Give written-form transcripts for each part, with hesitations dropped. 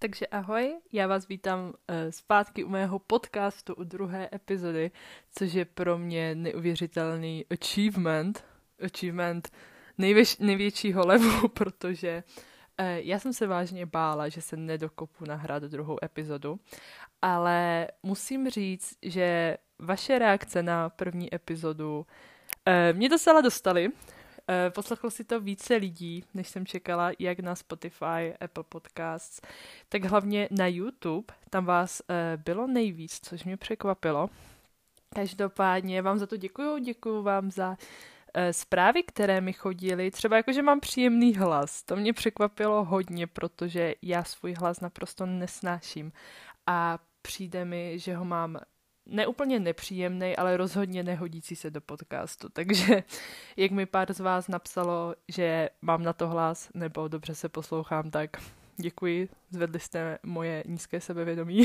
Takže ahoj, já vás vítám zpátky u mého podcastu u druhé epizody, což je pro mě neuvěřitelný achievement největšího levelu, protože já jsem se vážně bála, že se nedokopu nahrát druhou epizodu, ale musím říct, že vaše reakce na první epizodu mě docela dostaly. Poslechlo si to více lidí, než jsem čekala, jak na Spotify, Apple Podcasts, tak hlavně na YouTube. Tam vás bylo nejvíc, což mě překvapilo. Každopádně vám za to děkuju vám za zprávy, které mi chodily. Třeba jako, že mám příjemný hlas. To mě překvapilo hodně, protože já svůj hlas naprosto nesnáším. A přijde mi, že ho mám neúplně nepříjemný, ale rozhodně nehodící se do podcastu. Takže jak mi pár z vás napsalo, že mám na to hlas nebo dobře se poslouchám, tak děkuji, zvedli jste moje nízké sebevědomí.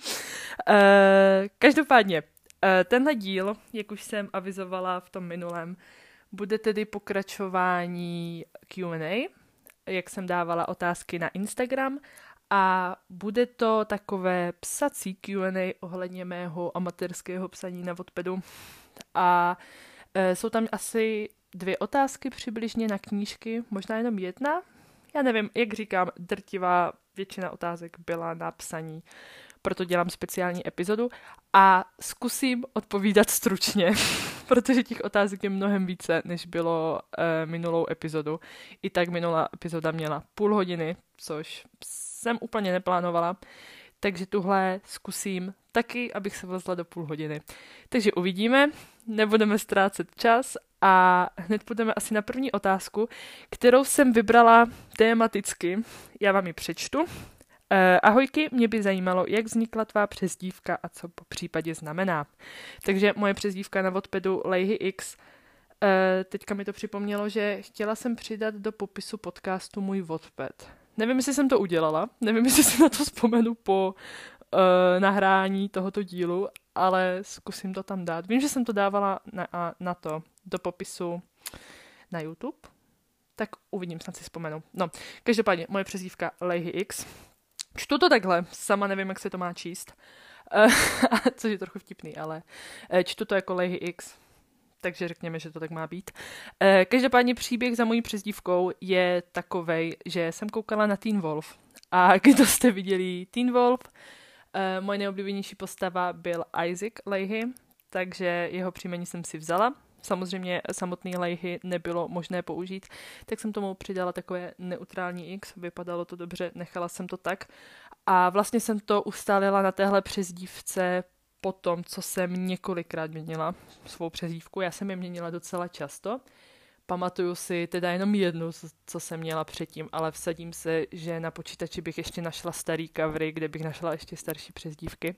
Každopádně, tenhle díl, jak už jsem avizovala v tom minulém, bude tedy pokračování Q&A, jak jsem dávala otázky na Instagram, a bude to takové psací Q&A ohledně mého amatérského psaní na Wattpadu. A jsou tam asi 2 otázky přibližně na knížky, možná jenom 1. Já nevím, jak říkám, drtivá většina otázek byla na psaní, proto dělám speciální epizodu a zkusím odpovídat stručně, protože těch otázek je mnohem více, než bylo minulou epizodu. I tak minulá epizoda měla půl hodiny, což jsem úplně neplánovala, takže tuhle zkusím taky, abych se vlezla do půl hodiny. Takže uvidíme, nebudeme ztrácet čas a hned půjdeme asi na první otázku, kterou jsem vybrala tematicky. Já vám ji přečtu. Ahojky, mě by zajímalo, jak vznikla tvá přezdívka a co po případě znamená. Takže moje přezdívka na Wattpadu Leihy X. Teďka mi to připomnělo, že chtěla jsem přidat do popisu podcastu můj Wattpad. Nevím, jestli jsem to udělala, nevím, jestli si na to vzpomenu po nahrání tohoto dílu, ale zkusím to tam dát. Vím, že jsem to dávala do popisu na YouTube, tak uvidím, snad si vzpomenu. No, každopádně, moje přezdívka Leihy X. Čtu to takhle, sama nevím, jak se to má číst, což je trochu vtipný, ale čtu to jako Leihy X, takže řekněme, že to tak má být. Každopádně příběh za mojí přezdívkou je takovej, že jsem koukala na Teen Wolf. A kdo jste viděli Teen Wolf, moje nejoblíbenější postava byl Isaac Leahy, takže jeho příjmení jsem si vzala. Samozřejmě samotný Leahy nebylo možné použít, tak jsem tomu přidala takové neutrální X, vypadalo to dobře, nechala jsem to tak. A vlastně jsem to ustálila na téhle přezdívce po tom, co jsem několikrát měnila svou přezdívku. Já jsem je měnila docela často. Pamatuju si teda jenom jednu, co jsem měla předtím, ale vsadím se, že na počítači bych ještě našla starý covery, kde bych našla ještě starší přezdívky.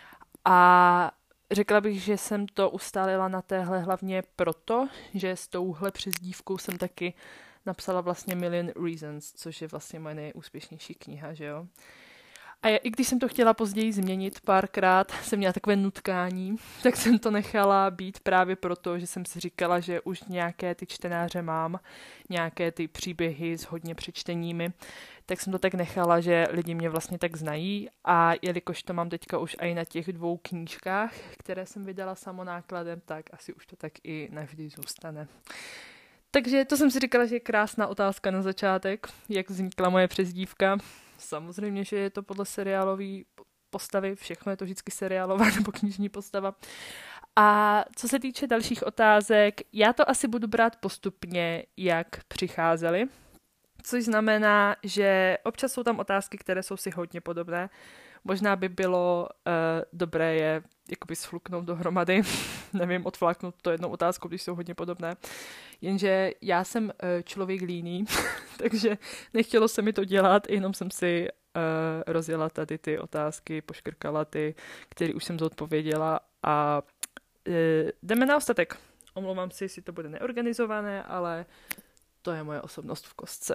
A řekla bych, že jsem to ustálila na téhle hlavně proto, že s touhle přezdívkou jsem taky napsala vlastně Million Reasons, což je vlastně moje nejúspěšnější kniha, že jo. A i když jsem to chtěla později změnit párkrát, jsem měla takové nutkání, tak jsem to nechala být právě proto, že jsem si říkala, že už nějaké ty čtenáře mám, nějaké ty příběhy s hodně přečteními, tak jsem to tak nechala, že lidi mě vlastně tak znají a jelikož to mám teďka už i na těch 2 knížkách, které jsem vydala samonákladem, tak asi už to tak i navždy zůstane. Takže to jsem si říkala, že je krásná otázka na začátek, jak vznikla moje přezdívka. Samozřejmě, že je to podle seriálové postavy, všechno je to vždycky seriálová nebo knižní postava. A co se týče dalších otázek, já to asi budu brát postupně, jak přicházely. Což znamená, že občas jsou tam otázky, které jsou si hodně podobné. Možná by bylo dobré je jakoby sfluknout dohromady. Nevím, odfláknout to jednou otázkou, když jsou hodně podobné. Jenže já jsem člověk líný, takže nechtělo se mi to dělat, jenom jsem si rozjela tady ty otázky, poškrkala ty, které už jsem zodpověděla a jdeme na ostatek. Omlouvám si, jestli to bude neorganizované, ale to je moje osobnost v kostce.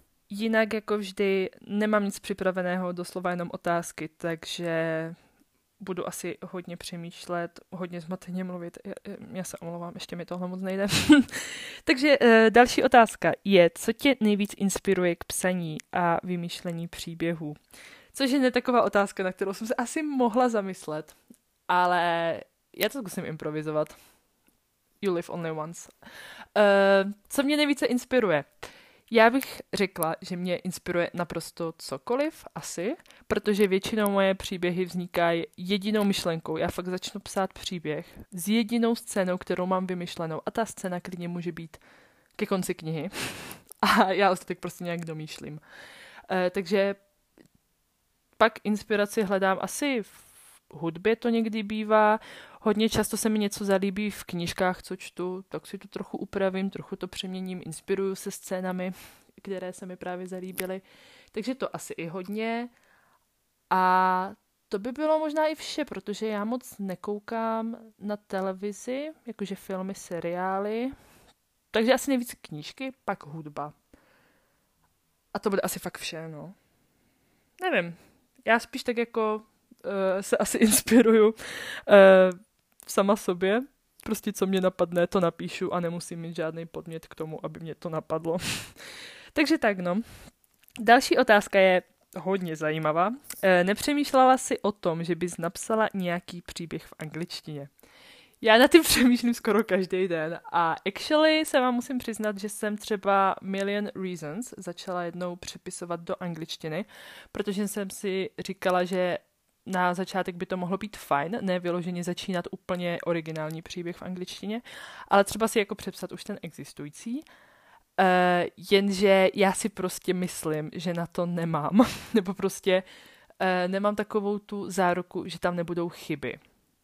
Jinak jako vždy nemám nic připraveného, doslova jenom otázky, takže budu asi hodně přemýšlet, hodně zmateně mluvit. Já se omlouvám, ještě mi tohle moc nejde. Takže další otázka je, co tě nejvíc inspiruje k psaní a vymýšlení příběhů? Což je taková otázka, na kterou jsem se asi mohla zamyslet, ale já to zkusím improvizovat. You live only once. Co mě nejvíce inspiruje? Já bych řekla, že mě inspiruje naprosto cokoliv, asi, protože většinou moje příběhy vznikají jedinou myšlenkou. Já fakt začnu psát příběh s jedinou scénou, kterou mám vymyšlenou a ta scéna klidně může být ke konci knihy a já ostatek prostě nějak domýšlím. Takže pak inspiraci hledám asi v hudbě, to někdy bývá. Hodně často se mi něco zalíbí v knížkách, co čtu, tak si to trochu upravím, trochu to přeměním, inspiruju se scénami, které se mi právě zalíbily. Takže to asi i hodně. A to by bylo možná i vše, protože já moc nekoukám na televizi, jakože filmy, seriály. Takže asi nejvíc knížky, pak hudba. A to bude asi fakt vše, no. Nevím. Já spíš tak jako se asi inspiruju sama sobě. Prostě co mě napadne, to napíšu a nemusím mít žádný podnět k tomu, aby mě to napadlo. Takže tak, no. Další otázka je hodně zajímavá. Nepřemýšlela jsi o tom, že bys napsala nějaký příběh v angličtině? Já na tím přemýšlím skoro každý den a actually se vám musím přiznat, že jsem třeba Million Reasons začala jednou přepisovat do angličtiny, protože jsem si říkala, že na začátek by to mohlo být fajn, ne vyloženě začínat úplně originální příběh v angličtině, ale třeba si jako přepsat už ten existující. Jenže já si prostě myslím, že na to nemám. Nebo prostě nemám takovou tu záruku, že tam nebudou chyby.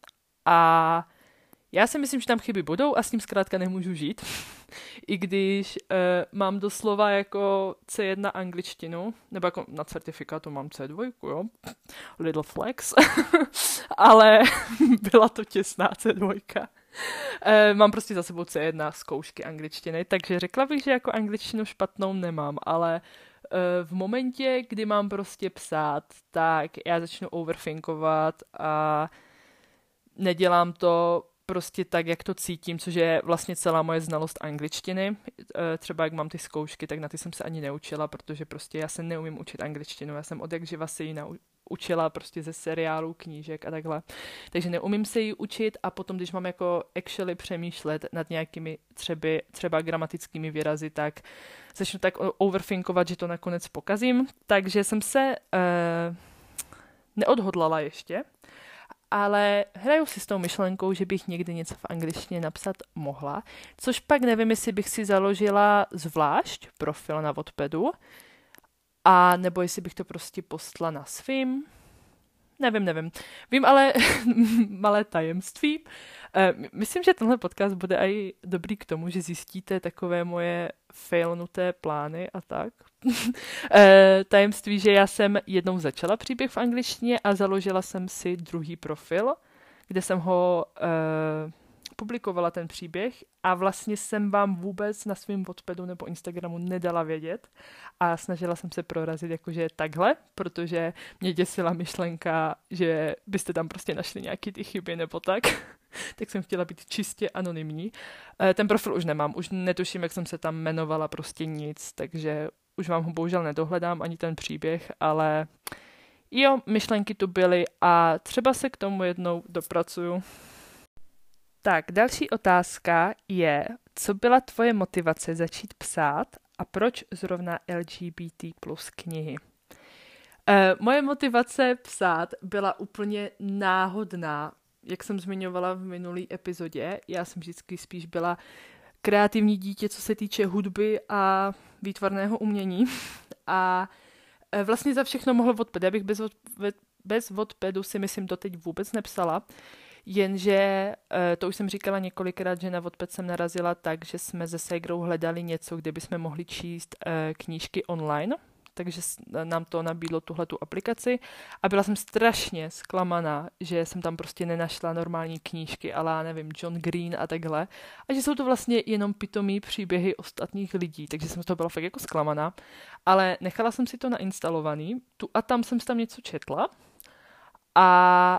A já si myslím, že tam chyby budou a s tím zkrátka nemůžu žít. I když mám doslova jako C1 angličtinu, nebo jako na certifikátu mám C2, jo. Little flex. Ale byla to těsná C2. Mám prostě za sebou C1 zkoušky angličtiny, takže řekla bych, že jako angličtinu špatnou nemám, ale v momentě, kdy mám prostě psát, tak já začnu overthinkovat a nedělám to prostě tak, jak to cítím, což je vlastně celá moje znalost angličtiny. Třeba jak mám ty zkoušky, tak na ty jsem se ani neučila, protože prostě já se neumím učit angličtinu. Já jsem od jak živa se ji učila prostě ze seriálů, knížek a takhle. Takže neumím se ji učit a potom, když mám jako actually přemýšlet nad nějakými třeba gramatickými výrazy, tak začnu tak overthinkovat, že to nakonec pokazím. Takže jsem se neodhodlala ještě, ale hraju si s tou myšlenkou, že bych někdy něco v angličtině napsat mohla, což pak nevím, jestli bych si založila zvlášť profil na Wattpadu, a nebo jestli bych to prostě postla na svým. Nevím. Vím ale malé tajemství. Myslím, že tenhle podcast bude i dobrý k tomu, že zjistíte takové moje failnuté plány a tak. Tajemství, že já jsem jednou začala příběh v angličtině a založila jsem si druhý profil, kde jsem ho publikovala ten příběh a vlastně jsem vám vůbec na svém Wattpadu nebo Instagramu nedala vědět a snažila jsem se prorazit jakože takhle, protože mě děsila myšlenka, že byste tam prostě našli nějaký ty chyby nebo tak. Tak jsem chtěla být čistě anonymní. Ten profil už nemám, už netuším, jak jsem se tam jmenovala, prostě nic, takže už vám ho bohužel nedohledám, ani ten příběh, ale jo, myšlenky tu byly a třeba se k tomu jednou dopracuju. Tak, další otázka je, co byla tvoje motivace začít psát a proč zrovna LGBT plus knihy? Moje motivace psát byla úplně náhodná. Jak jsem zmiňovala v minulý epizodě, já jsem vždycky spíš byla kreativní dítě, co se týče hudby a výtvarného umění. A vlastně za všechno mohlo Wattpad. Já bych bez Wattpadu si myslím doteď vůbec nepsala. Jenže, to už jsem říkala několikrát, že na Wattpad jsem narazila tak, že jsme se ségrou hledali něco, kde bychom mohli číst knížky online, takže nám to nabídlo tuhletu aplikaci a byla jsem strašně zklamaná, že jsem tam prostě nenašla normální knížky, ale nevím, John Green a takhle, a že jsou to vlastně jenom pitomý příběhy ostatních lidí, takže jsem z toho byla fakt jako zklamaná, ale nechala jsem si to nainstalovaný, tu a tam jsem si tam něco četla a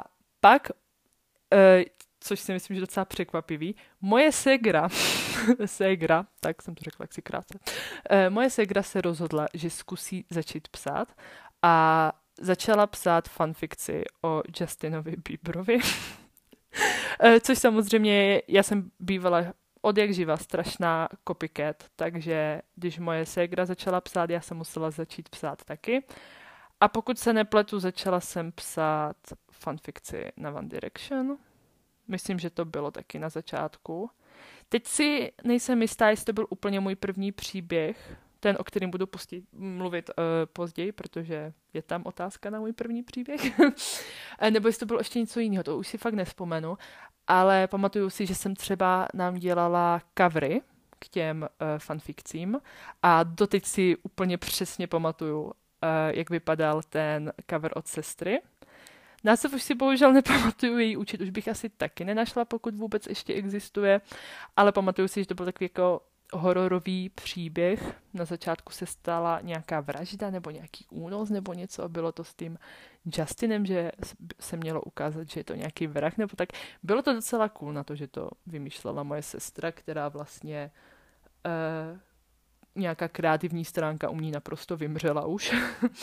pak, což si myslím, že docela překvapivý, moje ségra, tak jsem to řekla jaksi krátce, moje ségra se rozhodla, že zkusí začít psát a začala psát fanfikci o Justinovi Bieberovi, což samozřejmě já jsem bývala od jak živa strašná copycat, takže když moje ségra začala psát, já jsem musela začít psát taky. A pokud se nepletu, začala jsem psát fanfikci na One Direction. Myslím, že to bylo taky na začátku. Teď si nejsem jistá, jestli to byl úplně můj první příběh, ten, o kterém budu mluvit později, protože je tam otázka na můj první příběh. Nebo jestli to bylo ještě něco jiného, to už si fakt nevzpomenu. Ale pamatuju si, že jsem třeba nám dělala covery k těm fanfikcím a doteď si úplně přesně pamatuju, jak vypadal ten cover od sestry. Název už si bohužel nepamatuju, její účet už bych asi taky nenašla, pokud vůbec ještě existuje, ale pamatuju si, že to byl takový jako hororový příběh. Na začátku se stala nějaká vražda nebo nějaký únos nebo něco a bylo to s tím Justinem, že se mělo ukázat, že je to nějaký vrah nebo tak. Bylo to docela cool na to, že to vymýšlela moje sestra, která vlastně nějaká kreativní stránka u ní naprosto vymřela už.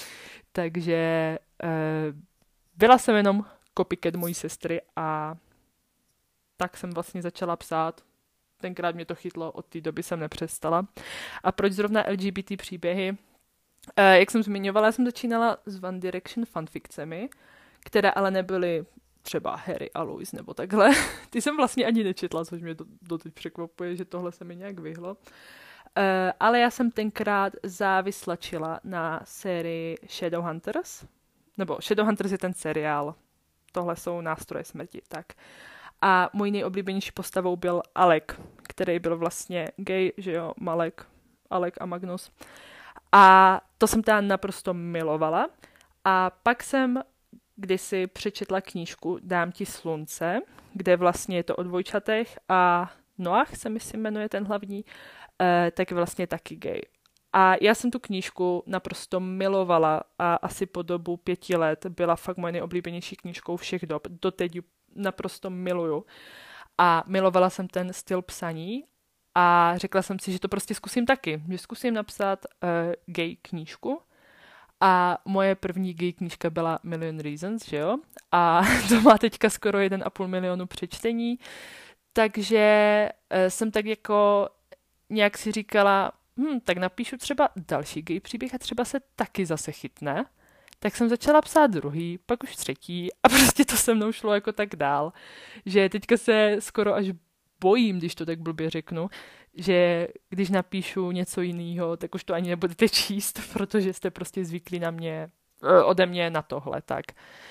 Takže byla jsem jenom copycat mojí sestry a tak jsem vlastně začala psát. Tenkrát mě to chytlo, od té doby jsem nepřestala. A proč zrovna LGBT příběhy? Jak jsem zmiňovala, já jsem začínala s One Direction fanfikcemi, které ale nebyly třeba Harry a Louis nebo takhle. Ty jsem vlastně ani nečetla, což mě doteď překvapuje, že tohle se mi nějak vyhlo. Ale já jsem tenkrát závislačila na sérii Shadowhunters. Nebo Shadowhunters je ten seriál. Tohle jsou nástroje smrti, tak. A můj nejoblíbenější postavou byl Alec, který byl vlastně gay, že jo, Alec a Magnus. A to jsem teda naprosto milovala. A pak jsem kdysi přečetla knížku Dám ti slunce, kde vlastně je to o dvojčatech a Noah se myslím jmenuje ten hlavní, tak vlastně taky gay. A já jsem tu knížku naprosto milovala a asi po dobu 5 let byla fakt moje nejoblíbenější knížkou všech dob. Doteď ji naprosto miluju. A milovala jsem ten styl psaní a řekla jsem si, že to prostě zkusím taky. Že zkusím napsat gay knížku. A moje první gay knížka byla Million Reasons, že jo? A to má teďka skoro 1,5 milionu přečtení. Takže jsem tak jako nějak si říkala, tak napíšu třeba další gay příběh a třeba se taky zase chytne. Tak jsem začala psát druhý, pak už třetí a prostě to se mnou šlo jako tak dál, že teďka se skoro až bojím, když to tak blbě řeknu, že když napíšu něco jiného, tak už to ani nebudete číst, protože jste prostě zvyklí na mě, ode mě na tohle, tak.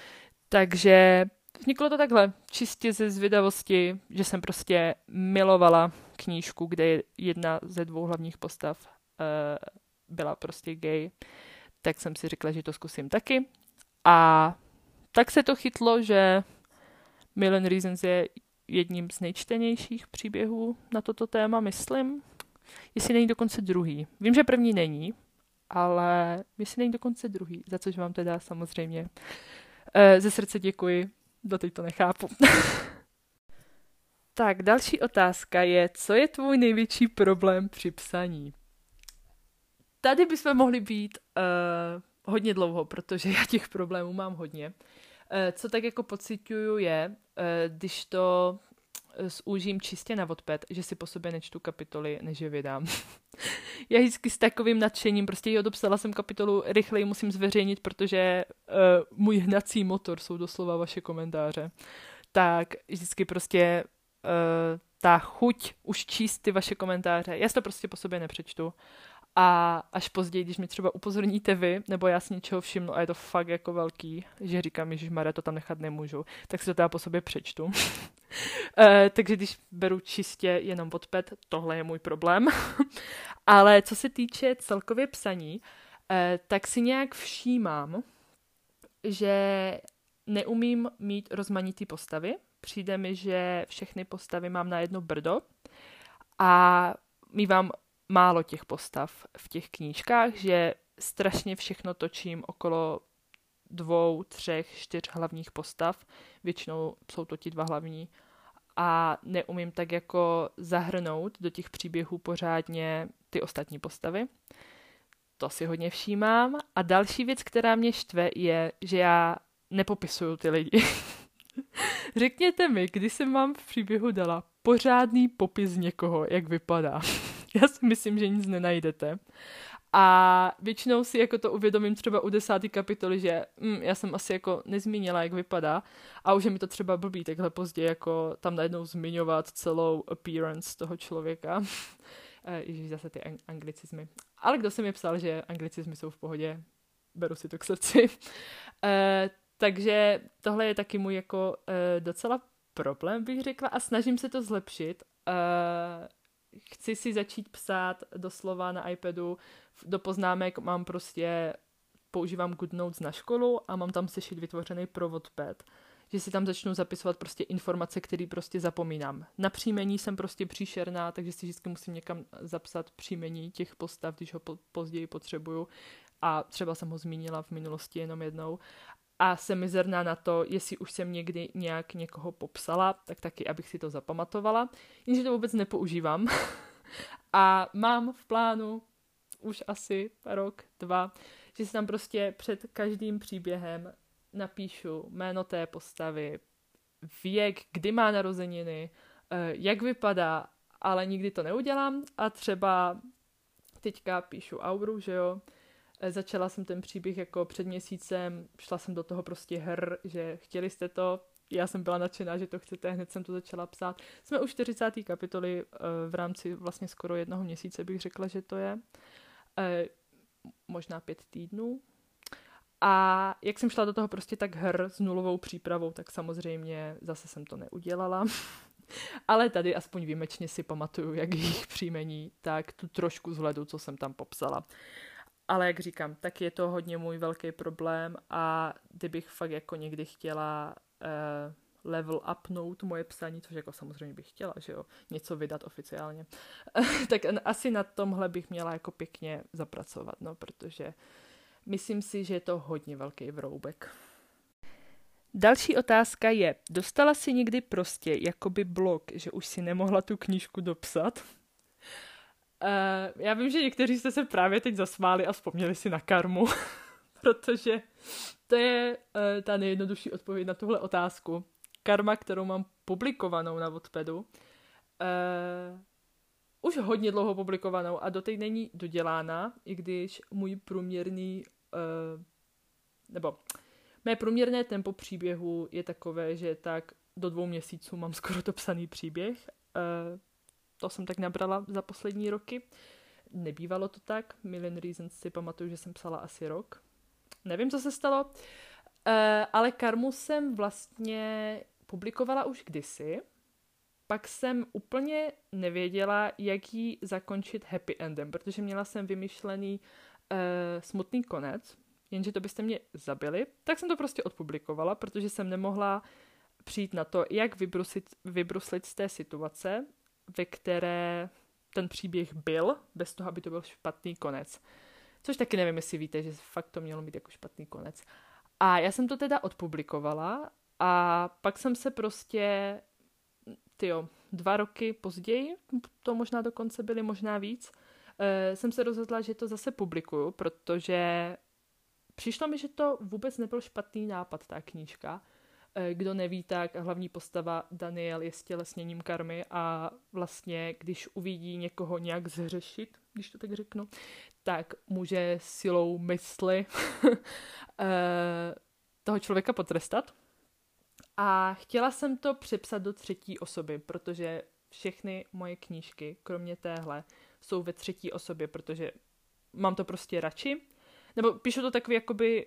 Takže vzniklo to takhle, čistě ze zvědavosti, že jsem prostě milovala knížku, kde je jedna ze 2 hlavních postav byla prostě gay, tak jsem si řekla, že to zkusím taky. A tak se to chytlo, že Million Reasons je jedním z nejčtenějších příběhů na toto téma, myslím. Jestli není dokonce druhý. Vím, že první není, ale jestli není dokonce druhý, za což vám teda samozřejmě ze srdce děkuji. Doteď to nechápu. Tak, další otázka je, co je tvůj největší problém při psaní? Tady bychom mohli být hodně dlouho, protože já těch problémů mám hodně. Co tak jako pociťuju je, když to zúžím čistě na Wattpad, že si po sobě nečtu kapitoly, než je vydám. Já vždycky s takovým nadšením, prostě dopsala jsem kapitolu, rychleji musím zveřejnit, protože můj hnací motor jsou doslova vaše komentáře. Tak vždycky prostě ta chuť už číst ty vaše komentáře, já si to prostě po sobě nepřečtu. A až později, když mi třeba upozorníte vy, nebo já si něčeho všimnu a je to fakt jako velký, že říkám, ježišmarja, to tam nechat nemůžu, tak si to teda po sobě přečtu. Takže když beru čistě jenom Wattpad, tohle je můj problém. Ale co se týče celkově psaní, tak si nějak všímám, že neumím mít rozmanitý postavy. Přijde mi, že všechny postavy mám na jedno brdo a mívám málo těch postav v těch knížkách, že strašně všechno točím okolo 2, 3, 4 hlavních postav. Většinou jsou to ti 2 hlavní. A neumím tak jako zahrnout do těch příběhů pořádně ty ostatní postavy. To si hodně všímám. A další věc, která mě štve, je, že já nepopisuju ty lidi. Řekněte mi, kdy jsem vám v příběhu dala pořádný popis někoho, jak vypadá. Já si myslím, že nic nenajdete. A většinou si jako to uvědomím třeba u 10. kapitoly, že já jsem asi jako nezmínila, jak vypadá a už je mi to třeba blbý takhle později jako tam najednou zmiňovat celou appearance toho člověka. Ježíš, zase ty anglicizmy. Ale kdo se mi psal, že anglicizmy jsou v pohodě, beru si to k srdci. Takže tohle je taky můj jako docela problém, bych řekla, a snažím se to zlepšit. Chci si začít psát doslova na iPadu, do poznámek mám prostě, používám GoodNotes na školu a mám tam sešit vytvořený pro Wattpad, že si tam začnu zapisovat prostě informace, které prostě zapomínám. Na příjmení jsem prostě příšerná, takže si vždycky musím někam zapsat příjmení těch postav, když ho později potřebuju a třeba jsem ho zmínila v minulosti jenom jednou. A jsem mizerná na to, jestli už jsem někdy nějak někoho popsala, tak taky, abych si to zapamatovala. Jenže to vůbec nepoužívám. A mám v plánu už asi rok, 2, že si tam prostě před každým příběhem napíšu jméno té postavy, věk, kdy má narozeniny, jak vypadá, ale nikdy to neudělám. A třeba teďka píšu auru, že jo, začala jsem ten příběh jako před měsícem, šla jsem do toho prostě že chtěli jste to, já jsem byla nadšená, že to chcete, hned jsem to začala psát. Jsme u 40. kapitoly v rámci vlastně skoro 1 měsíce bych řekla, že to je. Možná 5 týdnů. A jak jsem šla do toho prostě tak s nulovou přípravou, tak samozřejmě zase jsem to neudělala. Ale tady aspoň výjimečně si pamatuju, jak jejich příjmení, tak tu trošku zhledu, co jsem tam popsala. Ale jak říkám, tak je to hodně můj velký problém a kdybych fakt jako někdy chtěla level upnout moje psaní, což jako samozřejmě bych chtěla, že jo, něco vydat oficiálně, tak asi na tomhle bych měla jako pěkně zapracovat, no, protože myslím si, že je to hodně velký vroubek. Další otázka je, dostala jsi někdy prostě jakoby blok, že už si nemohla tu knížku dopsat? Já vím, že někteří jste se právě teď zasmáli a vzpomněli si na karmu, protože to je ta nejjednodušší odpověď na tuhle otázku. Karma, kterou mám publikovanou na Wattpadu, už hodně dlouho publikovanou a doteď není dodělána, i když můj průměrný, nebo mé průměrné tempo příběhu je takové, že tak do 2 měsíců mám skoro dopsaný příběh. To jsem tak nabrala za poslední roky. Nebývalo to tak. Million Reasons si pamatuju, že jsem psala asi rok. Nevím, co se stalo. Ale karmu jsem vlastně publikovala už kdysi. Pak jsem úplně nevěděla, jak ji zakončit happy endem, protože měla jsem vymyšlený smutný konec, jenže to byste mě zabili. Tak jsem to prostě odpublikovala, protože jsem nemohla přijít na to, jak vybruslit z té situace, ve které ten příběh byl, bez toho, aby to byl špatný konec. Což taky nevím, jestli víte, že fakt to mělo být jako špatný konec. A já jsem to teda odpublikovala a pak jsem se prostě, 2 roky později, to možná dokonce byly, možná víc, jsem se rozhodla, že to zase publikuju, protože přišlo mi, že to vůbec nebyl špatný nápad, ta knížka. Kdo neví, tak hlavní postava Daniel je stělesněním karmy a vlastně, když uvidí někoho nějak zhřešit, když to tak řeknu, tak může silou mysli toho člověka potrestat. A chtěla jsem to přepsat do 3. osoby, protože všechny moje knížky, kromě téhle, jsou ve 3. osobě, protože mám to prostě radši. Nebo píšu to takový jakoby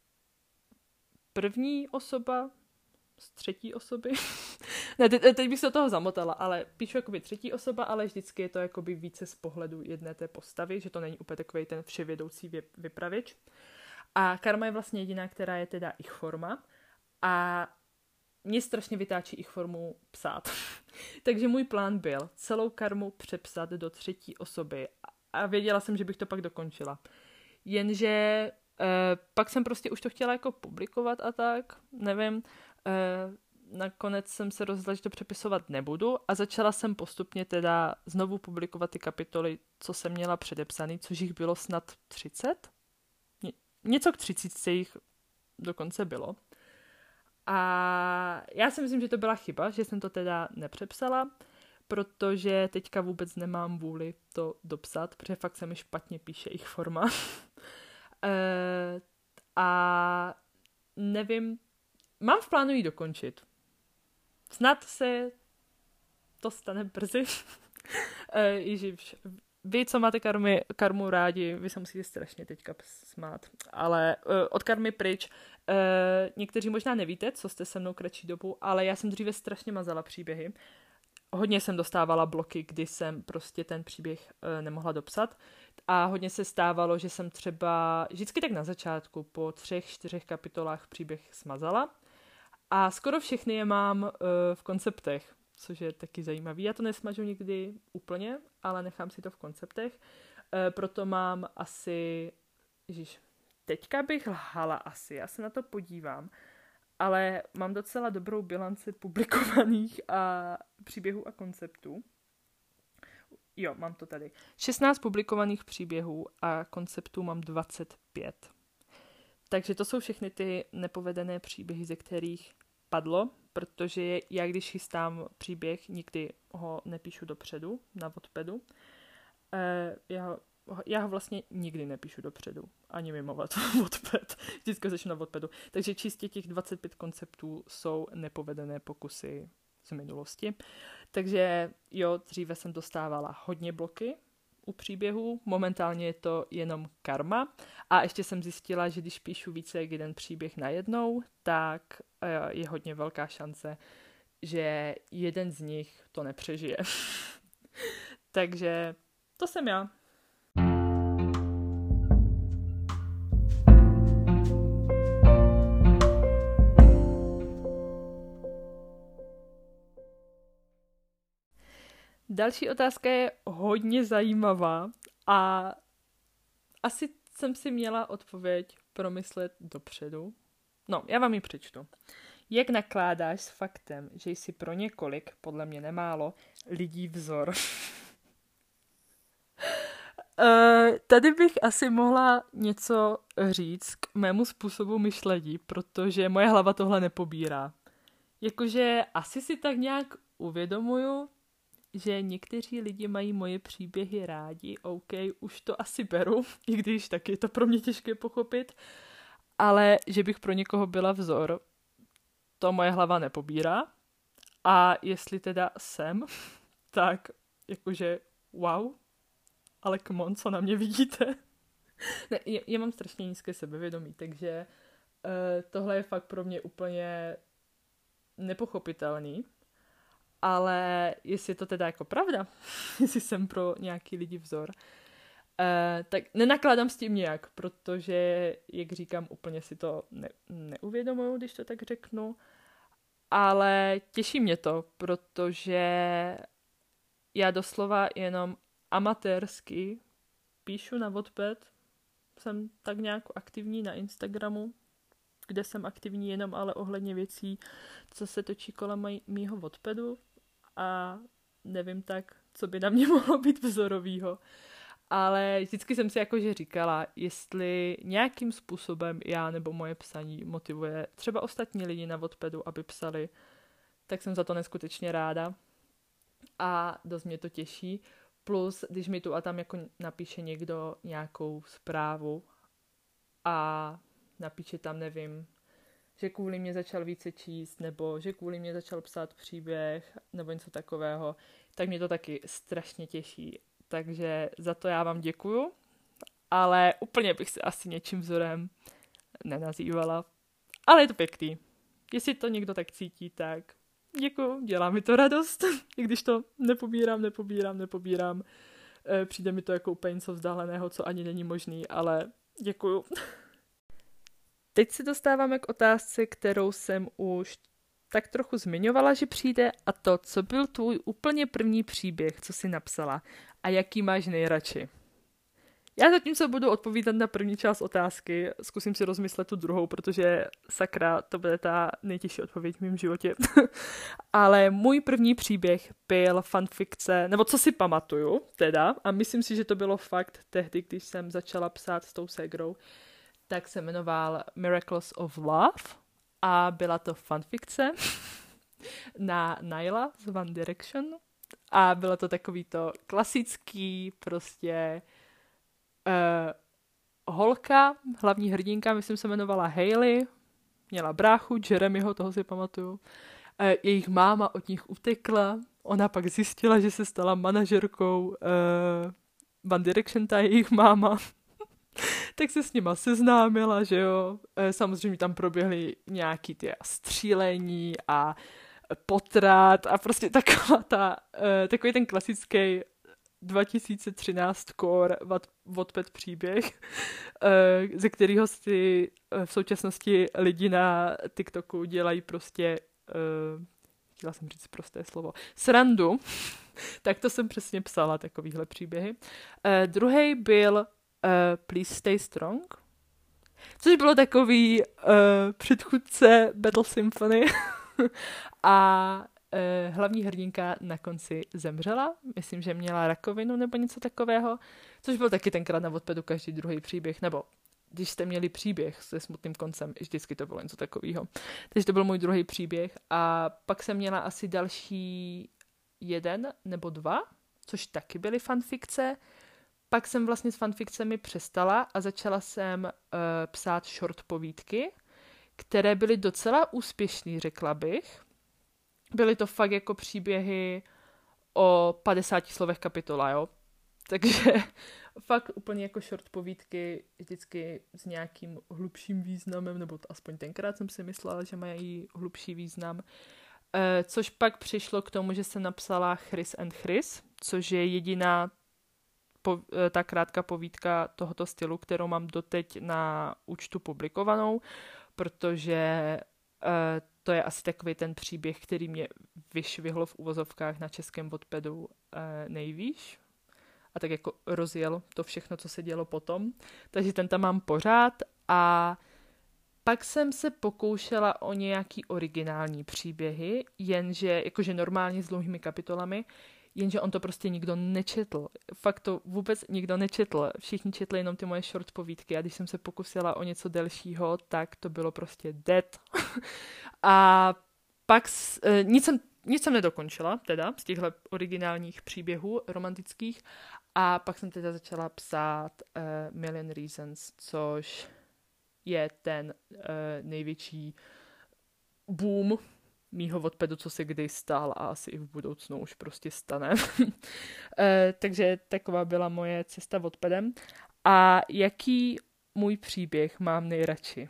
první osoba z 3. osoby. Ne, teď bych se do toho zamotala, ale píšu jakoby 3. osoba, ale vždycky je to jakoby více z pohledu jedné té postavy, že to není úplně takový ten vševědoucí vypravěč. A karma je vlastně jediná, která je teda ich forma. A mě strašně vytáčí ich formu psát. Takže můj plán byl celou karmu přepsat do 3. osoby a věděla jsem, že bych to pak dokončila. Jenže Pak jsem prostě už to chtěla jako publikovat a tak, nevím. Nakonec jsem se rozhodla, že to přepisovat nebudu a začala jsem postupně teda znovu publikovat ty kapitoly, co jsem měla předepsaný, což jich bylo snad 30. Něco k 30 jich dokonce bylo. A já si myslím, že to byla chyba, že jsem to teda nepřepsala, protože teďka vůbec nemám vůli to dopsat, protože fakt se mi špatně píše jejich forma. A nevím, mám v plánu ji dokončit. Snad se to stane brzy. Ježiš, vy, co máte karmu rádi, vy se musíte strašně teďka smát, ale od karmy pryč. Někteří možná nevíte, co jste se mnou kratší dobu, ale já jsem dříve strašně mazala příběhy. Hodně jsem dostávala bloky, kdy jsem prostě ten příběh nemohla dopsat a hodně se stávalo, že jsem třeba vždycky tak na začátku po 3-4 kapitolách příběh smazala a skoro všechny je mám v konceptech, což je taky zajímavý. Já to nesmažu nikdy úplně, ale nechám si to v konceptech, proto mám asi, teďka bych lhala asi, já se na to podívám, ale mám docela dobrou bilanci publikovaných a příběhů a konceptů. Jo, mám to tady. 16 publikovaných příběhů a konceptů mám 25. Takže to jsou všechny ty nepovedené příběhy, ze kterých padlo, protože já když chystám příběh, nikdy ho nepíšu dopředu na Wattpadu. Já ho vlastně nikdy nepíšu dopředu, ani mimo Wattpad. Vždycky začnu na Wattpadu. Takže čistě těch 25 konceptů jsou nepovedené pokusy z minulosti. Takže jo, dříve jsem dostávala hodně bloky u příběhů, momentálně je to jenom karma a ještě jsem zjistila, že když píšu více jak jeden příběh najednou, tak je hodně velká šance, že jeden z nich to nepřežije. Takže to jsem já. Další otázka je hodně zajímavá a asi jsem si měla odpověď promyslet dopředu. No, já vám ji přečtu. Jak nakládáš s faktem, že jsi pro několik, podle mě nemálo, lidí vzor? Tady bych asi mohla něco říct k mému způsobu myšlení, protože moje hlava tohle nepobírá. Jakože asi si tak nějak uvědomuju, že někteří lidi mají moje příběhy rádi, OK, už to asi beru, i když taky je to pro mě těžké pochopit, ale že bych pro někoho byla vzor, to moje hlava nepobírá. A jestli teda jsem, tak jakože wow, ale come on, co na mě vidíte? Ne, já mám strašně nízké sebevědomí, takže tohle je fakt pro mě úplně nepochopitelný. Ale jestli je to teda jako pravda, jestli jsem pro nějaký lidi vzor, tak nenakládám s tím nějak, protože, jak říkám, úplně si to neuvědomuju, když to tak řeknu, ale těší mě to, protože já doslova jenom amatérsky píšu na Wattpad, jsem tak nějak aktivní na Instagramu, kde jsem aktivní jenom ale ohledně věcí, co se točí kolem mýho Wattpadu a nevím tak, co by na mě mohlo být vzorovýho. Ale vždycky jsem si jakože říkala, jestli nějakým způsobem já nebo moje psaní motivuje třeba ostatní lidi na Wattpadu, aby psali, tak jsem za to neskutečně ráda a dost mě to těší. Plus, když mi tu a tam jako napíše někdo nějakou zprávu a napíše tam, nevím, že kvůli mě začal více číst, nebo že kvůli mě začal psát příběh, nebo něco takového, tak mě to taky strašně těší. Takže za to já vám děkuju, ale úplně bych se asi něčím vzorem nenazývala. Ale je to pěkný. Jestli to někdo tak cítí, tak děkuju, dělá mi to radost, i když to nepobírám. Přijde mi to jako úplně něco vzdáleného, co ani není možný, ale děkuju. Teď se dostáváme k otázce, kterou jsem už tak trochu zmiňovala, že přijde, a to, co byl tvůj úplně první příběh, co jsi napsala a jaký máš nejradši. Já zatímco budu odpovídat na první část otázky, zkusím si rozmyslet tu druhou, protože sakra, to bude ta nejtěžší odpověď v mém životě. Ale můj první příběh byl fanfikce, nebo co si pamatuju teda, a myslím si, že to bylo fakt tehdy, když jsem začala psát s tou ségrou, tak se jmenoval Miracles of Love a byla to fanfikce na Nyla z One Direction a bylo to takový to klasický prostě holka, hlavní hrdinka, myslím se jmenovala Hailey, měla bráchu, Jeremyho, toho si pamatuju. Jejich máma od nich utekla, ona pak zjistila, že se stala manažerkou One Direction, ta jejich máma. Tak se s nima seznámila, že jo. Samozřejmě tam proběhly nějaký ty střílení a potrat a prostě takový ten klasický 2013 core Wattpad příběh, ze kterého si v současnosti lidi na TikToku dělají prostě, chtěla jsem říct prosté slovo, srandu. Tak to jsem přesně psala, takovýhle příběhy. Druhý byl Please Stay Strong, což bylo takový předchůdce Battle Symphony a hlavní hrdinka na konci zemřela, myslím, že měla rakovinu nebo něco takového, což byl taky tenkrát na Wattpadu každý druhý příběh, nebo když jste měli příběh se smutným koncem, vždycky to bylo něco takového. Takže to byl můj druhý příběh a pak jsem měla asi další 1 nebo 2, což taky byly fanfikce. Pak jsem vlastně s fanfikcemi přestala a začala jsem psát short povídky, které byly docela úspěšný, řekla bych. Byly to fakt jako příběhy o 50 slovech kapitola, jo. Takže fakt úplně jako short povídky, vždycky s nějakým hlubším významem, nebo to aspoň tenkrát jsem si myslela, že mají hlubší význam. Což pak přišlo k tomu, že jsem napsala Chris and Chris, což je jediná ta krátká povídka tohoto stylu, kterou mám doteď na účtu publikovanou, protože to je asi takový ten příběh, který mě vyšvihl v uvozovkách na českém Wattpadu nejvýš a tak jako rozjel to všechno, co se dělo potom. Takže ten tam mám pořád a pak jsem se pokoušela o nějaký originální příběhy, jenže jakože normálně s dlouhými kapitolami, jenže on to prostě nikdo nečetl. Fakt to vůbec nikdo nečetl. Všichni četli jenom ty moje short povídky a když jsem se pokusila o něco delšího, tak to bylo prostě dead. A pak nic jsem nedokončila, teda, z těchto originálních příběhů romantických. A pak jsem teda začala psát Million Reasons, což je ten největší boom mýho Wattpadu, co se kdy stal a asi i v budoucnu už prostě stane. Takže taková byla moje cesta Wattpadem. A jaký můj příběh mám nejradši?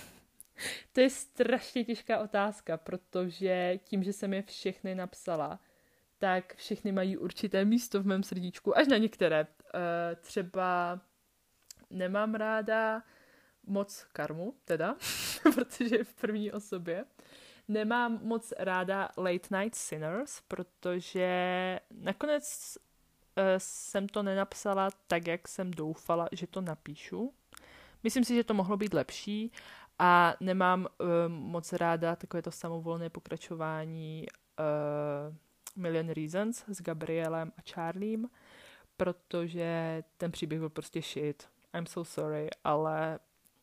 To je strašně těžká otázka, protože tím, že jsem je všechny napsala, tak všechny mají určité místo v mém srdíčku, až na některé. Třeba nemám ráda moc Karmu, teda, protože je v první osobě. Nemám moc ráda Late Night Sinners, protože nakonec jsem to nenapsala tak, jak jsem doufala, že to napíšu. Myslím si, že to mohlo být lepší a nemám moc ráda takové to samovolné pokračování Million Reasons s Gabrielem a Charliem, protože ten příběh byl prostě shit. I'm so sorry, ale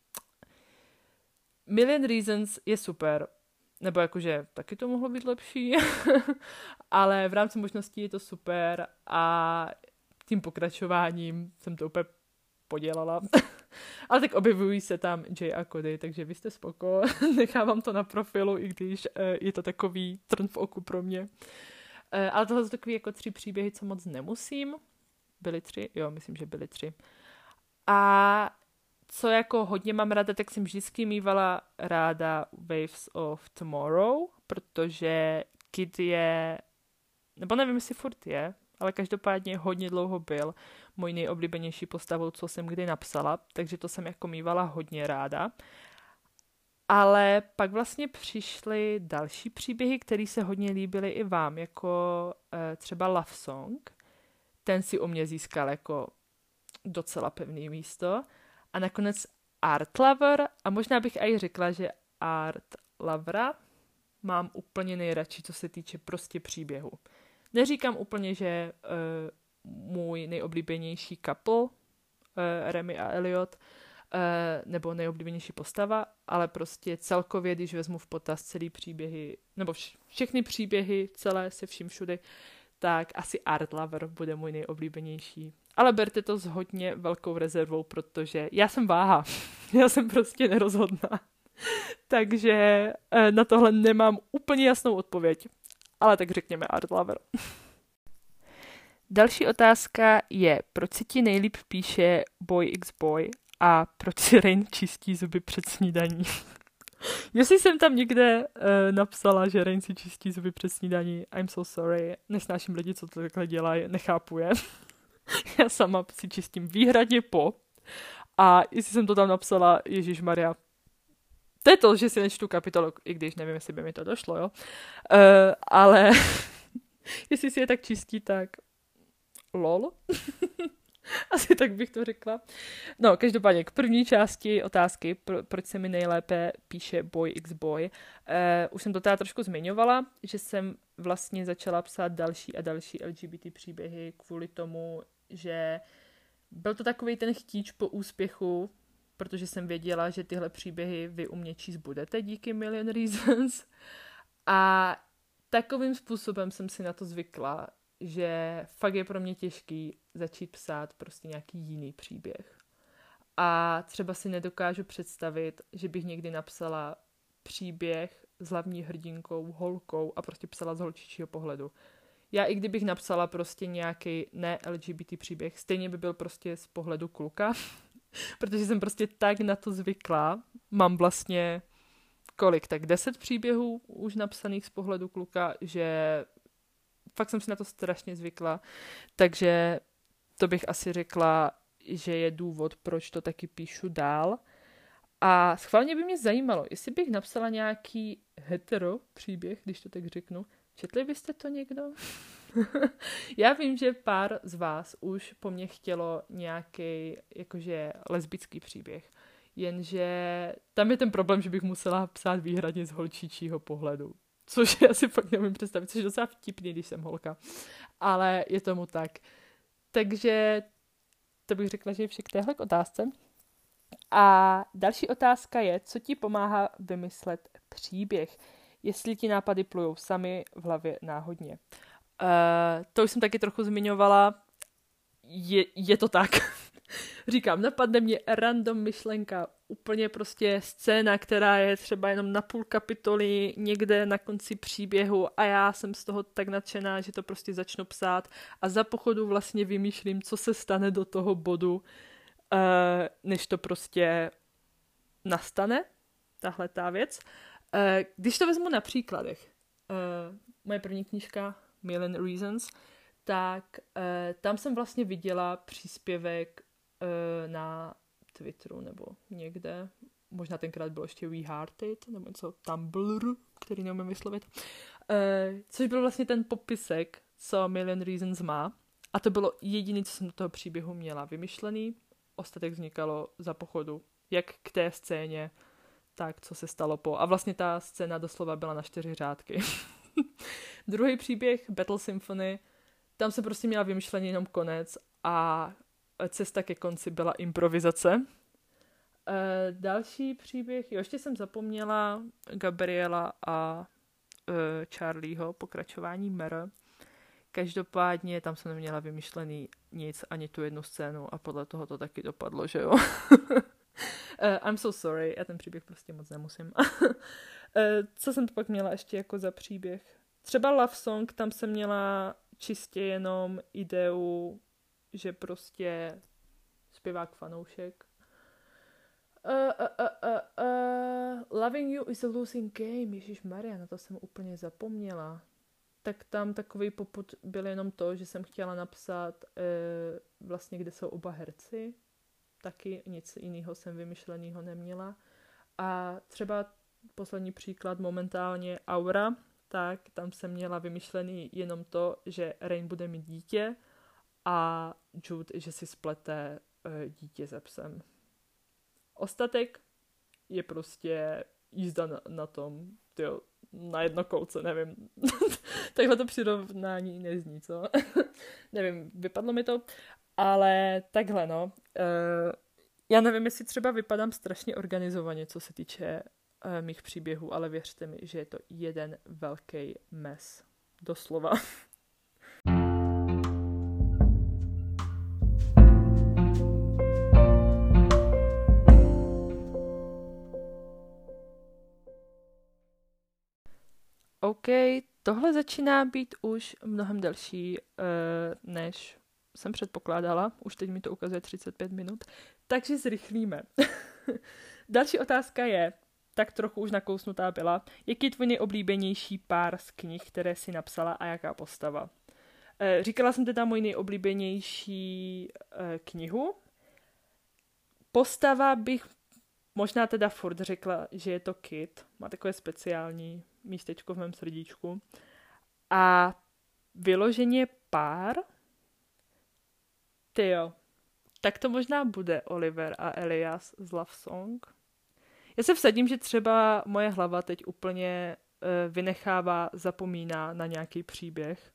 Million Reasons je super. Nebo jakože taky to mohlo být lepší, ale v rámci možností je to super a tím pokračováním jsem to úplně podělala. Ale tak objevují se tam Jay a Cody, takže vy jste spoko, nechávám to na profilu, i když je to takový trn v oku pro mě. Ale tohle jsou takový jako 3 příběhy, co moc nemusím. Byly 3? Jo, myslím, že byly 3. A co jako hodně mám ráda, tak jsem vždycky mývala ráda Waves of Tomorrow, protože Kid je, nebo nevím, jestli furt je, ale každopádně hodně dlouho byl můj nejoblíbenější postavou, co jsem kdy napsala, takže to jsem jako mývala hodně ráda. Ale pak vlastně přišly další příběhy, které se hodně líbily i vám, jako třeba Love Song. Ten si u mě získal jako docela pevný místo. A nakonec art lover, a možná bych aj řekla, že art lovera mám úplně nejradši, co se týče prostě příběhu. Neříkám úplně, že můj nejoblíbenější couple, Remy a Elliot, nebo nejoblíbenější postava, ale prostě celkově, když vezmu v potaz celý příběhy, nebo všechny příběhy, celé se vším všude, tak asi art lover bude můj nejoblíbenější. Ale berte to s hodně velkou rezervou, protože já jsem váha. Já jsem prostě nerozhodná. Takže na tohle nemám úplně jasnou odpověď. Ale tak řekněme art lover. Další otázka je, proč se ti nejlíp píše Boy X Boy a proč si Rain čistí zuby před snídaní? Jestli jsem tam někde napsala, že Rain si čistí zuby před snídaní, I'm so sorry, nesnáším lidi, co to takhle dělají, nechápu je. Já sama si čistím výhradně po. A jestli jsem to tam napsala, Ježišmarja, to je to, že si nečtu kapitolu, i když nevím, jestli by mi to došlo, jo. Ale jestli si je tak čistí, tak lol. Asi tak bych to řekla. No, každopádně k první části otázky, proč se mi nejlépe píše Boy X Boy. Už jsem to teda trošku zmiňovala, že jsem vlastně začala psát další a další LGBT příběhy kvůli tomu, že byl to takový ten chtíč po úspěchu, protože jsem věděla, že tyhle příběhy vy u mě číst budete díky Million Reasons. A takovým způsobem jsem si na to zvykla, že fakt je pro mě těžký začít psát prostě nějaký jiný příběh. A třeba si nedokážu představit, že bych někdy napsala příběh s hlavní hrdinkou, holkou a prostě psala z holčičího pohledu. Já i kdybych napsala prostě nějaký ne-LGBT příběh, stejně by byl prostě z pohledu kluka, protože jsem prostě tak na to zvykla. Mám vlastně tak 10 příběhů už napsaných z pohledu kluka, že fakt jsem si na to strašně zvykla, takže to bych asi řekla, že je důvod, proč to taky píšu dál. A schválně by mě zajímalo, jestli bych napsala nějaký hetero příběh, když to tak řeknu. Četli byste to někdo? Já vím, že pár z vás už po mně chtělo nějaký jakože lesbický příběh, jenže tam je ten problém, že bych musela psát výhradně z holčičího pohledu. Což já si fakt neumím představit, což je docela vtipný, když jsem holka. Ale je tomu tak. Takže to bych řekla, že je vše k téhle otázce. A další otázka je, co ti pomáhá vymyslet příběh, jestli ti nápady plujou sami v hlavě náhodně. To už jsem taky trochu zmiňovala. Je to tak. Říkám, napadne mě random myšlenka, úplně prostě scéna, která je třeba jenom na půl kapitoly někde na konci příběhu a já jsem z toho tak nadšená, že to prostě začnu psát a za pochodu vlastně vymýšlím, co se stane do toho bodu, než to prostě nastane, tahle ta věc. Když to vezmu na příkladech, moje první knížka Million Reasons, tak tam jsem vlastně viděla příspěvek na Twitteru nebo někde, možná tenkrát bylo ještě We Hearted, nebo něco Tumblr, který neumím vyslovit, což byl vlastně ten popisek, co Million Reasons má, a to bylo jediné, co jsem do toho příběhu měla vymyšlený, ostatek vznikalo za pochodu, jak k té scéně, tak co se stalo po. A vlastně ta scéna doslova byla na 4 řádky. Druhý příběh, Battle Symphony, tam jsem prostě měla vymyšlený jenom konec a cesta ke konci byla improvizace. Další příběh, ještě jsem zapomněla Gabriela a Charlieho, pokračování Mare. Každopádně tam jsem neměla vymyšlený nic, ani tu jednu scénu a podle toho to taky dopadlo, že jo. I'm so sorry, já ten příběh prostě moc nemusím. Co jsem pak měla ještě jako za příběh? Třeba Love Song, tam jsem měla čistě jenom ideu, že prostě zpěvák fanoušek. Loving You is a losing game, ježišmarja, na to jsem úplně zapomněla. Tak tam takový popud byl jenom to, že jsem chtěla napsat vlastně, kde jsou oba herci. Taky nic jiného jsem vymyšlenýho neměla. A třeba poslední příklad momentálně Aura, tak tam jsem měla vymyšlený jenom to, že Rain bude mít dítě a Jude, že si splete dítě se psem. Ostatek je prostě jízda na tom, tyjo, na jednokolce, nevím. Takhle to přirovnání nezní, co? Nevím, vypadlo mi to, ale takhle, no. Já nevím, jestli třeba vypadám strašně organizovaně, co se týče mých příběhů, ale věřte mi, že je to jeden velký mes. Doslova. OK, tohle začíná být už mnohem delší, než jsem předpokládala. Už teď mi to ukazuje 35 minut. Takže zrychlíme. Další otázka je, tak trochu už nakousnutá byla, jaký je tvůj nejoblíbenější pár z knih, které jsi napsala a jaká postava? Říkala jsem teda můj nejoblíbenější knihu. Postava bych možná teda furt řekla, že je to Kit. Má takové speciální místečko v mém srdíčku. A vyloženě pár? Tyjo, tak to možná bude Oliver a Elias z Love Song. Já se vsadím, že třeba moje hlava teď úplně vynechává, zapomíná na nějaký příběh.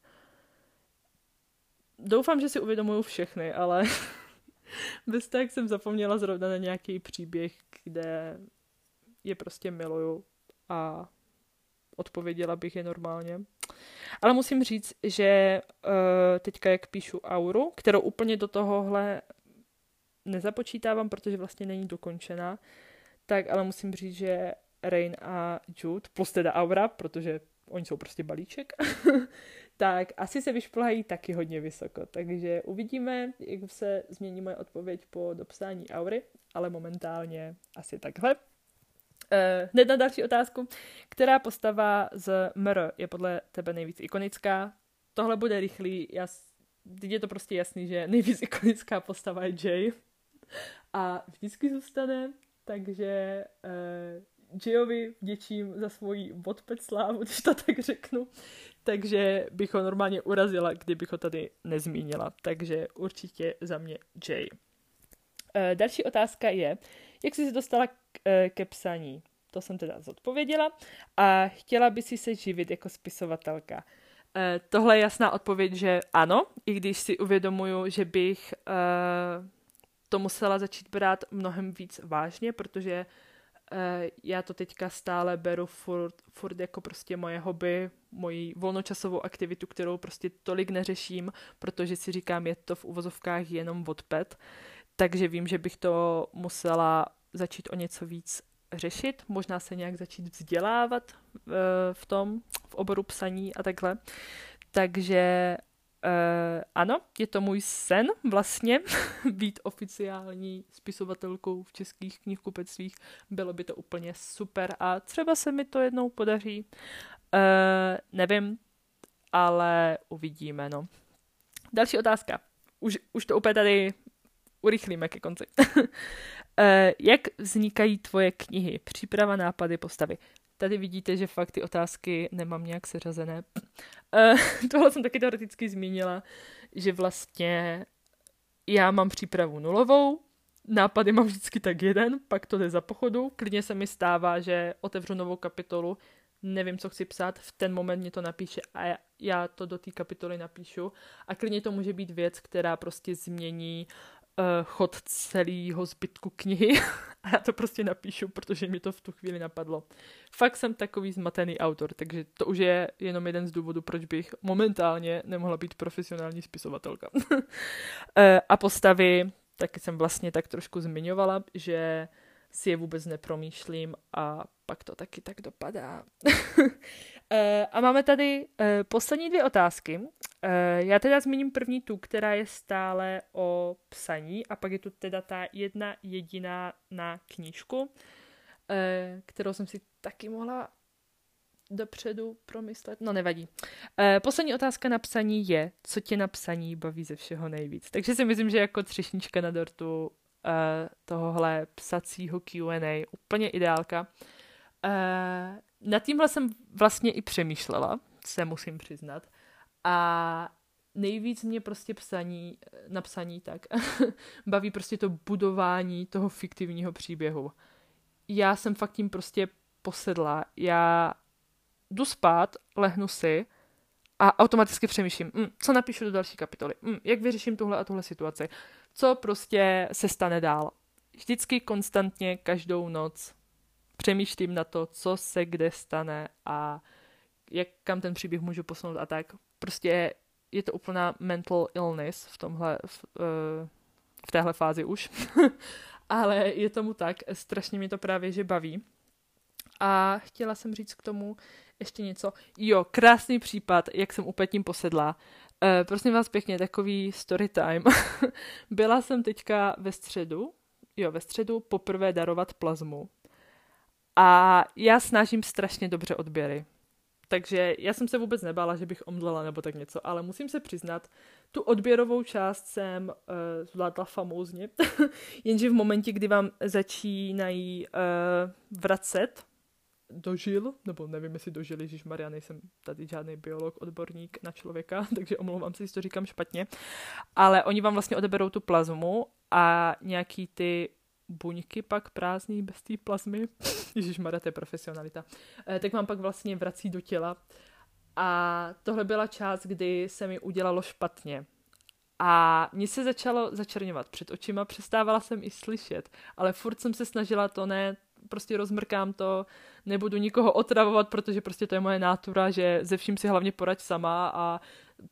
Doufám, že si uvědomuju všechny, ale bez tak jsem zapomněla zrovna na nějaký příběh, kde je prostě miluju a odpověděla bych je normálně. Ale musím říct, že teďka jak píšu Auru, kterou úplně do tohohle nezapočítávám, protože vlastně není dokončená, tak ale musím říct, že Rain a Jude, plus teda Aura, protože oni jsou prostě balíček, tak asi se vyšplhají taky hodně vysoko. Takže uvidíme, jak se změní moje odpověď po dopsání Aury, ale momentálně asi takhle. Hned na další otázku. Která postava z MR je podle tebe nejvíc ikonická? Tohle bude rychlý. Teď je to prostě jasný, že nejvíc ikonická postava je Jay. A vždycky zůstane, takže Jayovi vděčím za svoji Wattpad slávu, když to tak řeknu. Takže bych ho normálně urazila, kdybych ho tady nezmínila. Takže určitě za mě Jay. Další otázka je, jak jsi se dostala ke psaní? To jsem teda zodpověděla. A chtěla by si se živit jako spisovatelka? Tohle je jasná odpověď, že ano, i když si uvědomuju, že bych to musela začít brát mnohem víc vážně, protože já to teďka stále beru furt jako prostě moje hobby, moji volnočasovou aktivitu, kterou prostě tolik neřeším, protože si říkám, je to v uvozovkách jenom Wattpad, takže vím, že bych to musela začít o něco víc řešit, možná se nějak začít vzdělávat v oboru psaní a takhle. Takže ano, je to můj sen vlastně, být oficiální spisovatelkou v českých knihkupectvích. Bylo by to úplně super a třeba se mi to jednou podaří. Nevím, ale uvidíme, no. Další otázka. Už to úplně tady urychlíme ke konci. Jak vznikají tvoje knihy? Příprava, nápady, postavy. Tady vidíte, že fakt ty otázky nemám nějak seřazené. Tohle jsem taky teoreticky zmínila, že vlastně já mám přípravu nulovou, nápady mám vždycky tak jeden, pak to jde za pochodu. Klidně se mi stává, že otevřu novou kapitolu, nevím, co chci psát, v ten moment mě to napíše a já to do té kapitoly napíšu. A klidně to může být věc, která prostě změní chod celého zbytku knihy a já to prostě napíšu, protože mi to v tu chvíli napadlo. Fakt jsem takový zmatený autor, takže to už je jenom jeden z důvodů, proč bych momentálně nemohla být profesionální spisovatelka. A postavy, taky jsem vlastně tak trošku zmiňovala, že si je vůbec nepromýšlím a pak to taky tak dopadá. A máme tady poslední 2 otázky. Já teda zmíním první tu, která je stále o psaní a pak je tu teda ta jedna jediná na knížku, kterou jsem si taky mohla dopředu promyslet. No nevadí. Poslední otázka na psaní je, co tě na psaní baví ze všeho nejvíc. Takže si myslím, že jako třešnička na dortu tohohle psacího Q&A úplně ideálka. Nad tímhle jsem vlastně i přemýšlela, se musím přiznat. A nejvíc mě prostě napsaní tak baví prostě to budování toho fiktivního příběhu. Já jsem fakt tím prostě posedla. Já jdu spát, lehnu si a automaticky přemýšlím, co napíšu do další kapitoly, jak vyřeším tuhle a tuhle situaci, co prostě se stane dál. Vždycky konstantně každou noc přemýšlím na to, co se kde stane a kam ten příběh můžu posunout a tak. Prostě je to úplná mental illness v téhle fázi už. Ale je tomu tak, strašně mě to právě, že baví. A chtěla jsem říct k tomu ještě něco. Jo, krásný případ, jak jsem úplně tím posedla. Prosím vás pěkně, takový story time. Byla jsem teďka ve středu poprvé darovat plazmu. A já snažím strašně dobře odběry. Takže já jsem se vůbec nebála, že bych omdlela nebo tak něco, ale musím se přiznat, tu odběrovou část jsem zvládla famózně, jenže v momentě, kdy vám začínají vracet do žil, nebo nevím, jestli do žil, ježišmarja, nejsem tady žádný biolog, odborník na člověka, takže omlouvám se, jestli to říkám špatně, ale oni vám vlastně odeberou tu plazmu a nějaký ty buňky pak prázdný bez té plazmy, ježišmarja, to je profesionalita, tak vám pak vlastně vrací do těla. A tohle byla část, kdy se mi udělalo špatně. A mně se začalo začerňovat před očima, přestávala jsem i slyšet, ale furt jsem se snažila to prostě rozmrkám to, nebudu nikoho otravovat, protože prostě to je moje nátura, že ze vším si hlavně poraď sama a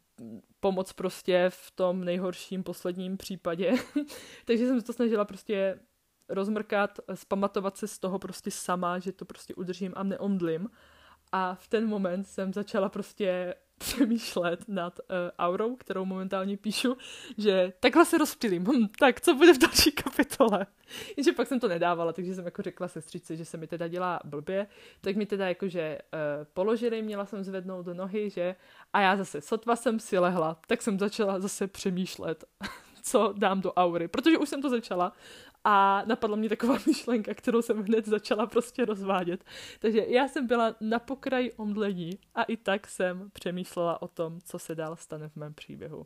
pomoc prostě v tom nejhorším posledním případě. Takže jsem se to snažila prostě rozmrkat, zpamatovat se z toho prostě sama, že to prostě udržím a neomdlím. A v ten moment jsem začala prostě přemýšlet nad aurou, kterou momentálně píšu, že takhle se rozptýlím. Tak, co bude v další kapitole? Jenže pak jsem to nedávala, takže jsem jako řekla sestřičce, že se mi teda dělá blbě, tak mi teda jakože položili, měla jsem zvednout do nohy, že? A já zase, sotva jsem si lehla, tak jsem začala zase přemýšlet, co dám do aury, protože už jsem to začala a napadla mě taková myšlenka, kterou jsem hned začala prostě rozvádět. Takže já jsem byla na pokraji omdlení a i tak jsem přemýšlela o tom, co se dál stane v mém příběhu.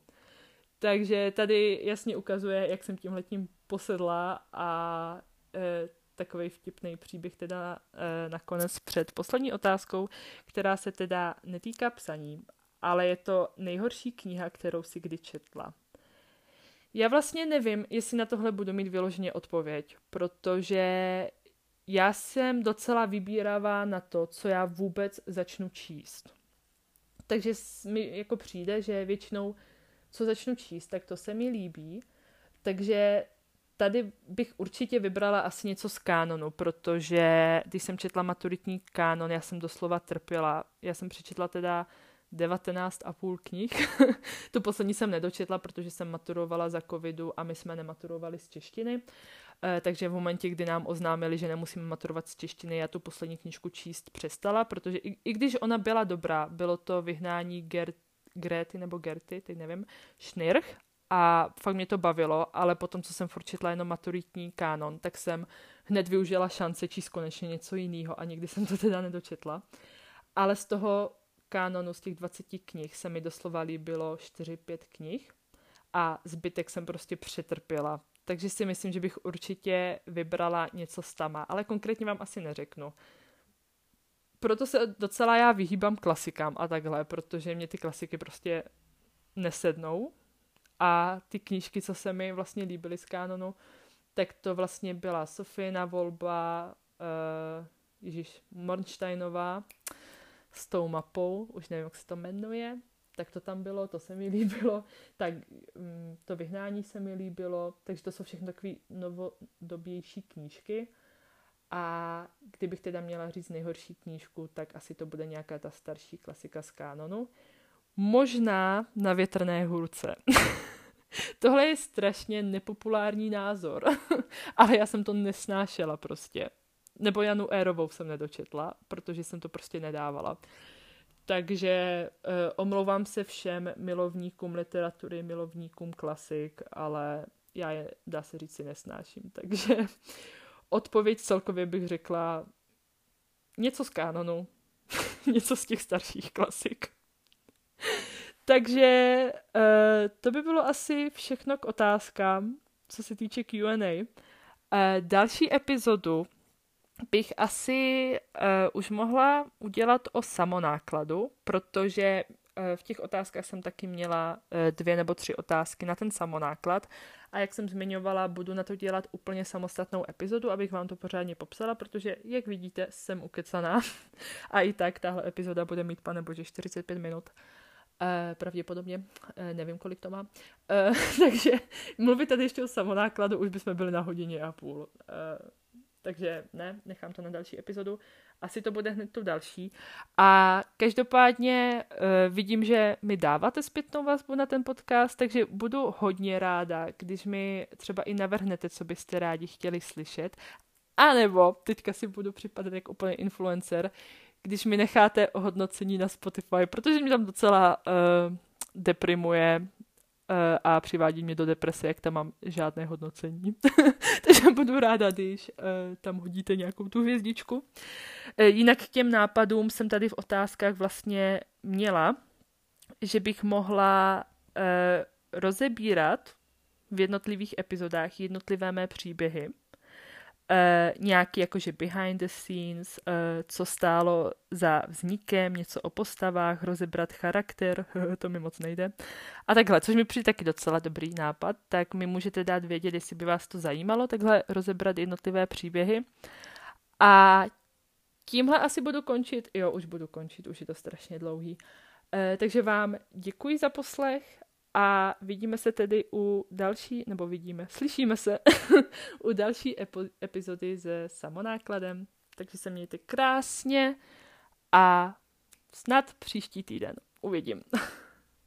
Takže tady jasně ukazuje, jak jsem tímhletím posedla a takovej vtipný příběh teda nakonec před poslední otázkou, která se teda netýká psaní, ale je to nejhorší kniha, kterou si kdy četla. Já vlastně nevím, jestli na tohle budu mít vyloženě odpověď, protože já jsem docela vybíravá na to, co já vůbec začnu číst. Takže mi jako přijde, že většinou, co začnu číst, tak to se mi líbí. Takže tady bych určitě vybrala asi něco z kánonu, protože když jsem četla maturitní kánon, já jsem doslova trpěla. Já jsem přečetla teda 19,5 knih. Tu poslední jsem nedočetla, protože jsem maturovala za covidu a my jsme nematurovali z češtiny. Takže v momentě, kdy nám oznámili, že nemusíme maturovat z češtiny, já tu poslední knížku číst přestala, protože i když ona byla dobrá, bylo to Vyhnání Gerty, teď nevím, Schnirch, a fakt mě to bavilo, ale potom, co jsem furt četla jenom maturitní kánon, tak jsem hned využila šance číst konečně něco jiného a nikdy jsem to teda nedočetla. Ale z toho kánonu, z těch 20 knih, se mi doslova líbilo 4-5 knih a zbytek jsem prostě přetrpěla. Takže si myslím, že bych určitě vybrala něco z tama, ale konkrétně vám asi neřeknu. Proto se docela já vyhýbám klasikám a takhle, protože mě ty klasiky prostě nesednou. A ty knížky, co se mi vlastně líbily z kánonu, tak to vlastně byla Sofína volba, Mornsteinová s tou mapou, už nevím, jak se to jmenuje, tak to tam bylo, to se mi líbilo, tak to Vyhnání se mi líbilo, takže to jsou všechno takové novodobější knížky. A kdybych teda měla říct nejhorší knížku, tak asi to bude nějaká ta starší klasika z kánonu. Možná Na větrné hůrce. Tohle je strašně nepopulární názor, ale já jsem to nesnášela prostě. Nebo Janu Érovou jsem nedočetla, protože jsem to prostě nedávala. Takže omlouvám se všem milovníkům literatury, milovníkům klasik, ale já je, dá se říct, si nesnáším. Takže odpověď celkově bych řekla něco z kánonu, něco z těch starších klasik. Takže to by bylo asi všechno k otázkám, co se týče Q&A. Další epizodu bych asi už mohla udělat o samonákladu, protože v těch otázkách jsem taky měla 2 nebo 3 otázky na ten samonáklad a jak jsem zmiňovala, budu na to dělat úplně samostatnou epizodu, abych vám to pořádně popsala, protože, jak vidíte, jsem ukecaná a i tak tahle epizoda bude mít, panebože, 45 minut. Pravděpodobně, nevím, kolik to má. Takže mluvit tady ještě o samonákladu, už bychom byli na 1.5 hodiny. Takže ne, nechám to na další epizodu. Asi to bude hned tu další. A každopádně vidím, že mi dáváte zpětnou vazbu na ten podcast, takže budu hodně ráda, když mi třeba i navrhnete, co byste rádi chtěli slyšet. A nebo, teďka si budu připadat jako úplně influencer, když mi necháte ohodnocení na Spotify, protože mě tam docela deprimuje a přivádí mě do deprese, jak tam mám žádné hodnocení. Takže budu ráda, když tam hodíte nějakou tu hvězdičku. Jinak k těm nápadům jsem tady v otázkách vlastně měla, že bych mohla rozebírat v jednotlivých epizodách jednotlivé mé příběhy. Nějaký jakože behind the scenes, co stálo za vznikem, něco o postavách, rozebrat charakter, to mi moc nejde. A takhle, což mi přijde taky docela dobrý nápad, tak mi můžete dát vědět, jestli by vás to zajímalo, takhle rozebrat jednotlivé příběhy. A tímhle asi budu končit, už budu končit, už je to strašně dlouhý. Takže vám děkuji za poslech a vidíme se tedy slyšíme se u další epizody se samonákladem. Takže se mějte krásně a snad příští týden. Uvidím.